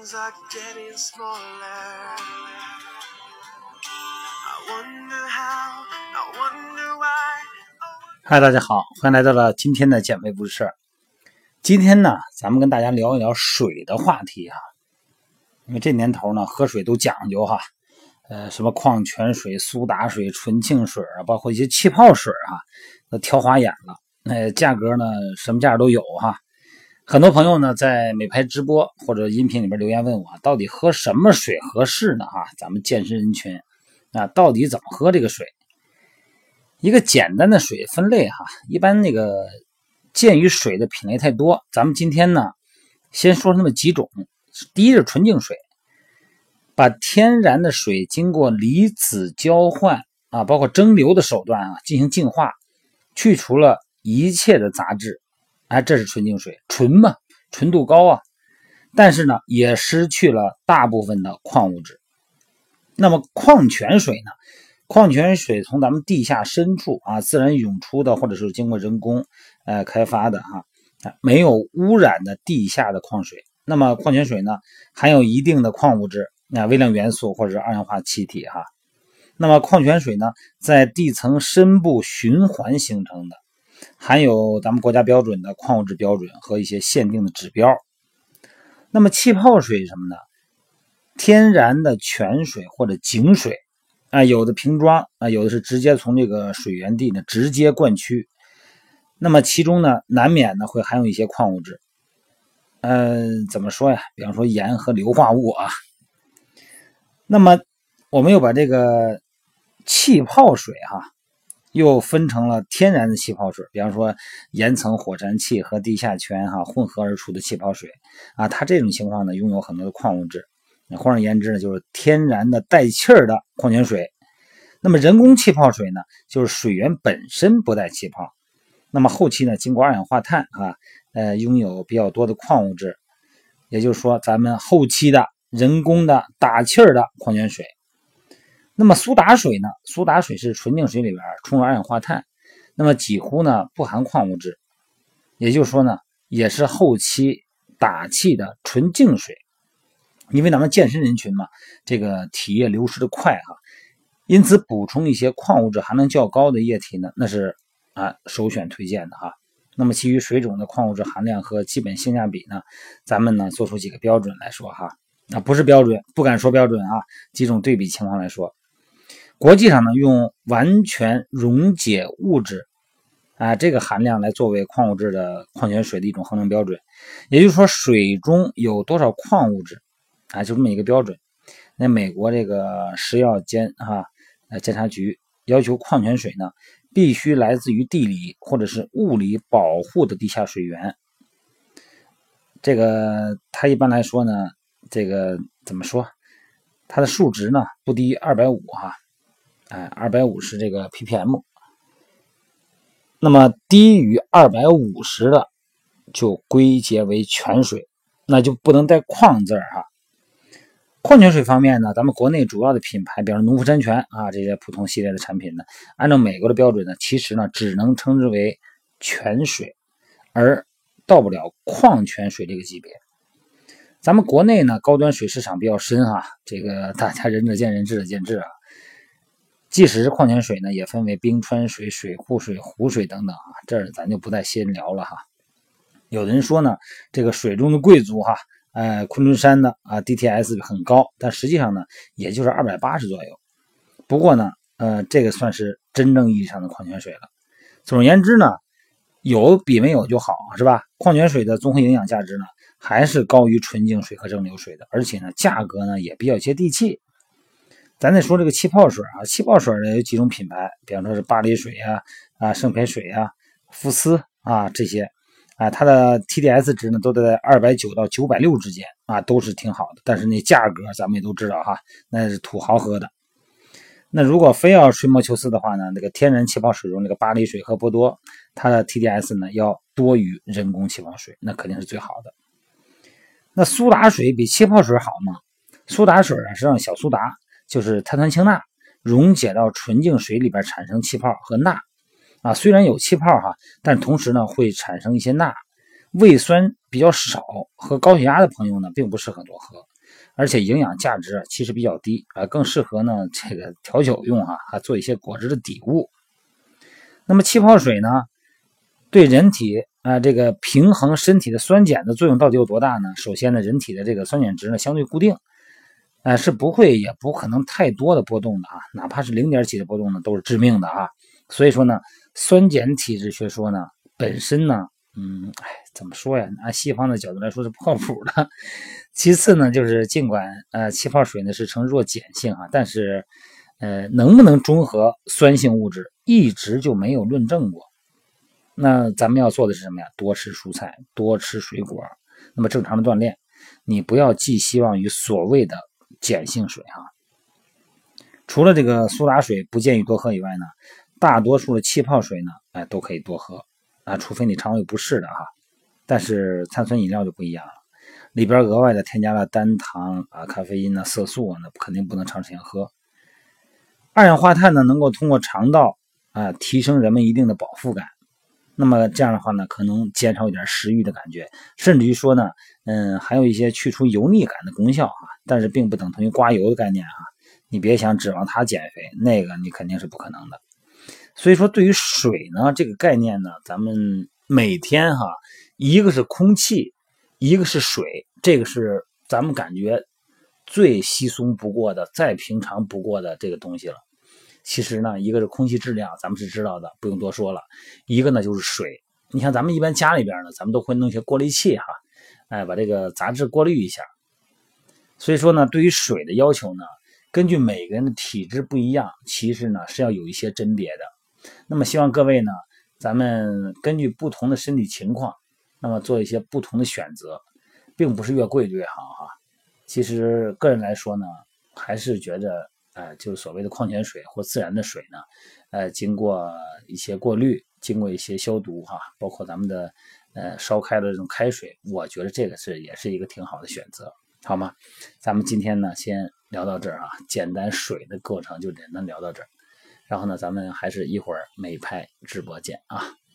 things are getting smaller. I wonder how, I wonder why. 嗨，大家好，欢迎来到了今天的减肥不是事儿。今天呢，咱们跟大家聊一聊水的话题哈。因为这年头呢，喝水都讲究哈，什么矿泉水、苏打水、纯净水啊，包括一些气泡水哈，都挑花眼了。价格呢，什么价都有哈。很多朋友呢，在美拍直播或者音频里边留言问我，到底喝什么水合适呢？哈，咱们健身人群啊，到底怎么喝这个水？一个简单的水分类哈，一般鉴于水的品类太多，咱们今天呢，先说那么几种。第一是纯净水，把天然的水经过离子交换啊，包括蒸馏的手段啊，进行净化，去除了一切的杂质，这是纯净水，纯嘛，纯度高啊，但是呢，也失去了大部分的矿物质。那么矿泉水呢？矿泉水从咱们地下深处啊自然涌出的，或者是经过人工开发的没有污染的地下的矿水。那么矿泉水呢，含有一定的矿物质，微量元素或者是二氧化气体哈。那么矿泉水呢，在地层深部循环形成的，含有咱们国家标准的矿物质标准和一些限定的指标。那么气泡水是什么呢？天然的泉水或者井水有的瓶装有的是直接从这个水源地呢直接灌区。那么其中呢，难免呢会含有一些矿物质。怎么说呀？比方说盐和硫化物啊。那么我们又把这个气泡水又分成了天然的气泡水，比方说岩层火山气和地下泉混合而出的气泡水它这种情况呢拥有很多的矿物质。换而言之呢，就是天然的带气儿的矿泉水。那么人工气泡水呢，就是水源本身不带气泡，那么后期呢经过二氧化碳拥有比较多的矿物质，也就是说咱们后期的人工的打气儿的矿泉水。那么苏打水呢？苏打水是纯净水里边充了二氧化碳，那么几乎呢不含矿物质，也就是说呢也是后期打气的纯净水。因为咱们健身人群嘛，这个体液流失的快因此补充一些矿物质含量较高的液体呢，那是首选推荐的那么基于水种的矿物质含量和基本性价比呢，咱们呢做出几个标准来说不是标准，不敢说标准几种对比情况来说。国际上呢用完全溶解物质这个含量来作为矿物质的矿泉水的一种衡量标准。也就是说水中有多少矿物质就这么一个标准。那美国这个食药监察局要求矿泉水呢必须来自于地理或者是物理保护的地下水源。这个它一般来说呢，这个怎么说？它的数值呢不低于250250这个 ppm。那么低于250的就归结为泉水，那就不能带矿字矿泉水方面呢，咱们国内主要的品牌，比如农夫山泉这些普通系列的产品呢，按照美国的标准呢，其实呢只能称之为泉水，而到不了矿泉水这个级别。咱们国内呢高端水市场比较深这个大家仁者见仁，智者见智即使是矿泉水呢，也分为冰川水、水库水、湖水等等这儿咱就不再细聊了有的人说呢，这个水中的贵族昆仑山的DTS 很高，但实际上呢也就是280左右。不过呢这个算是真正意义上的矿泉水了。总而言之呢，有比没有就好是吧？矿泉水的综合营养价值呢还是高于纯净水和蒸馏水的，而且呢价格呢也比较接地气。咱再说这个气泡水气泡水呢有几种品牌，比方说是巴黎水圣培水福斯这些它的 TDS 值呢都在290到960之间都是挺好的。但是那价格咱们也都知道那是土豪喝的。那如果非要吹毛求疵的话呢，那个天然气泡水中那个巴黎水和波多，它的 TDS 呢要多于人工气泡水，那肯定是最好的。那苏打水比气泡水好吗？苏打水实际上小苏打就是碳酸氢钠溶解到纯净水里边产生气泡和钠虽然有气泡但同时呢会产生一些钠，胃酸比较少和高血压的朋友呢并不适合多喝。 而且营养价值其实比较低更适合呢这个调酒用做一些果汁的底物。那么气泡水呢，对人体这个平衡身体的酸碱的作用到底有多大呢？首先呢，人体的这个酸碱值呢相对固定，是不会也不可能太多的波动的哪怕是0点几的波动呢都是致命的所以说呢，酸碱体质学说呢本身呢怎么说呀？按西方的角度来说是不靠谱的。其次呢，就是尽管气泡水呢是呈弱碱性但是能不能中和酸性物质一直就没有论证过。那咱们要做的是什么呀？多吃蔬菜，多吃水果，那么正常的锻炼，你不要寄希望于所谓的碱性水除了这个苏打水不建议多喝以外呢，大多数的气泡水呢都可以多喝除非你肠胃不适的但是碳酸饮料就不一样了，里边额外的添加了单糖咖啡因色素那肯定不能长时间喝。二氧化碳呢能够通过肠道提升人们一定的饱腹感，那么这样的话呢可能减少一点食欲的感觉，甚至于说呢还有一些去除油腻感的功效但是并不等同于刮油的概念你别想指望它减肥，那个你肯定是不可能的。所以说对于水呢这个概念呢，咱们每天一个是空气，一个是水，这个是咱们感觉最稀松不过的，再平常不过的这个东西了。其实呢，一个是空气质量咱们是知道的，不用多说了，一个呢就是水。你看咱们一般家里边呢，咱们都会弄些过滤器把这个杂质过滤一下。所以说呢，对于水的要求呢，根据每个人的体质不一样，其实呢是要有一些甄别的。那么希望各位呢，咱们根据不同的身体情况，那么做一些不同的选择，并不是越贵就越好其实个人来说呢，还是觉着就是所谓的矿泉水或自然的水呢，经过一些过滤，经过一些消毒包括咱们的烧开的这种开水，我觉得这个也是一个挺好的选择，好吗？咱们今天呢先聊到这儿简单水的过程就简单聊到这儿，然后呢咱们还是一会儿美拍直播见